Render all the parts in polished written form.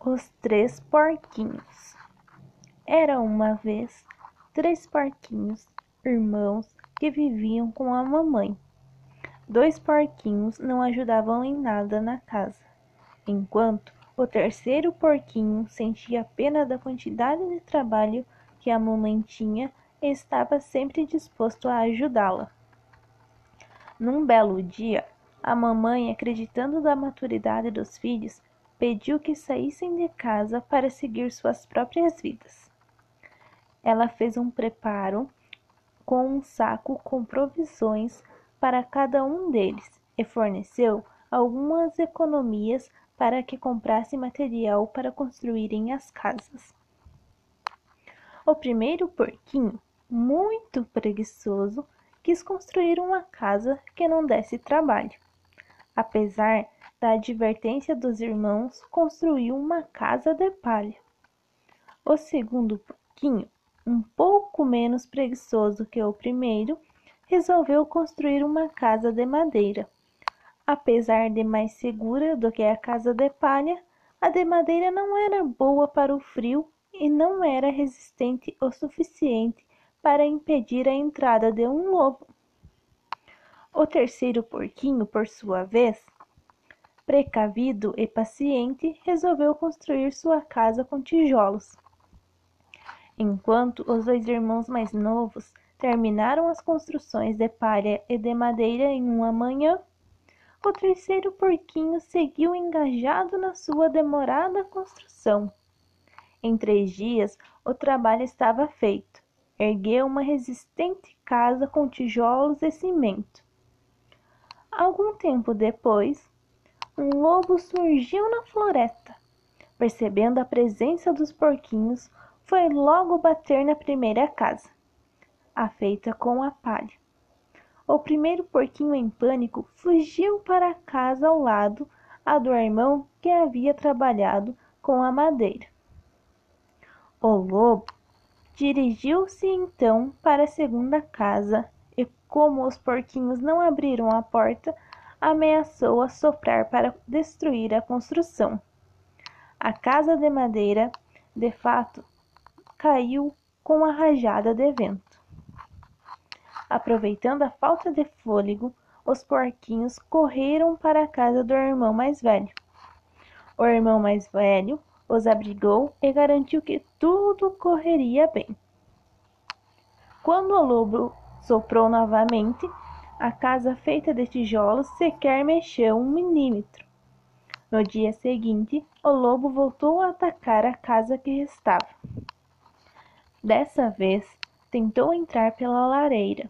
Os três porquinhos. Era uma vez 3 porquinhos, irmãos, que viviam com a mamãe. 2 porquinhos não ajudavam em nada na casa, enquanto o terceiro porquinho sentia pena da quantidade de trabalho que a mamãe tinha e estava sempre disposto a ajudá-la. Num belo dia, a mamãe, acreditando da maturidade dos filhos, pediu que saíssem de casa para seguir suas próprias vidas. Ela fez um preparo com um saco com provisões para cada um deles e forneceu algumas economias para que comprassem material para construírem as casas. O primeiro porquinho, muito preguiçoso, quis construir uma casa que não desse trabalho. Apesar da advertência dos irmãos, construiu uma casa de palha. O segundo porquinho, um pouco menos preguiçoso que o primeiro, resolveu construir uma casa de madeira. Apesar de mais segura do que a casa de palha, a de madeira não era boa para o frio e não era resistente o suficiente para impedir a entrada de um lobo. O terceiro porquinho, por sua vez, precavido e paciente, resolveu construir sua casa com tijolos. Enquanto os 2 irmãos mais novos terminaram as construções de palha e de madeira em uma manhã, o terceiro porquinho seguiu engajado na sua demorada construção. Em 3 dias, o trabalho estava feito. Ergueu uma resistente casa com tijolos e cimento. Algum tempo depois, um lobo surgiu na floresta. Percebendo a presença dos porquinhos, foi logo bater na primeira casa, a feita com a palha. O primeiro porquinho, em pânico, fugiu para a casa ao lado, a do irmão que havia trabalhado com a madeira. O lobo dirigiu-se então para a segunda casa e, como os porquinhos não abriram a porta, ameaçou assoprar para destruir a construção. A casa de madeira, de fato, caiu com a rajada de vento. Aproveitando a falta de fôlego, os porquinhos correram para a casa do irmão mais velho. O irmão mais velho os abrigou e garantiu que tudo correria bem. Quando o lobo soprou novamente, a casa feita de tijolos sequer mexeu 1 milímetro. No dia seguinte, o lobo voltou a atacar a casa que restava. Dessa vez, tentou entrar pela lareira.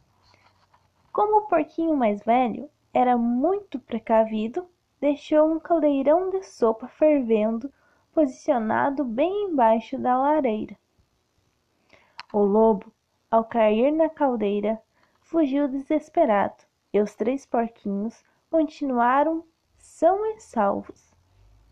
Como o porquinho mais velho era muito precavido, deixou um caldeirão de sopa fervendo, posicionado bem embaixo da lareira. O lobo, ao cair na caldeira, fugiu desesperado, e os 3 porquinhos continuaram são e salvos.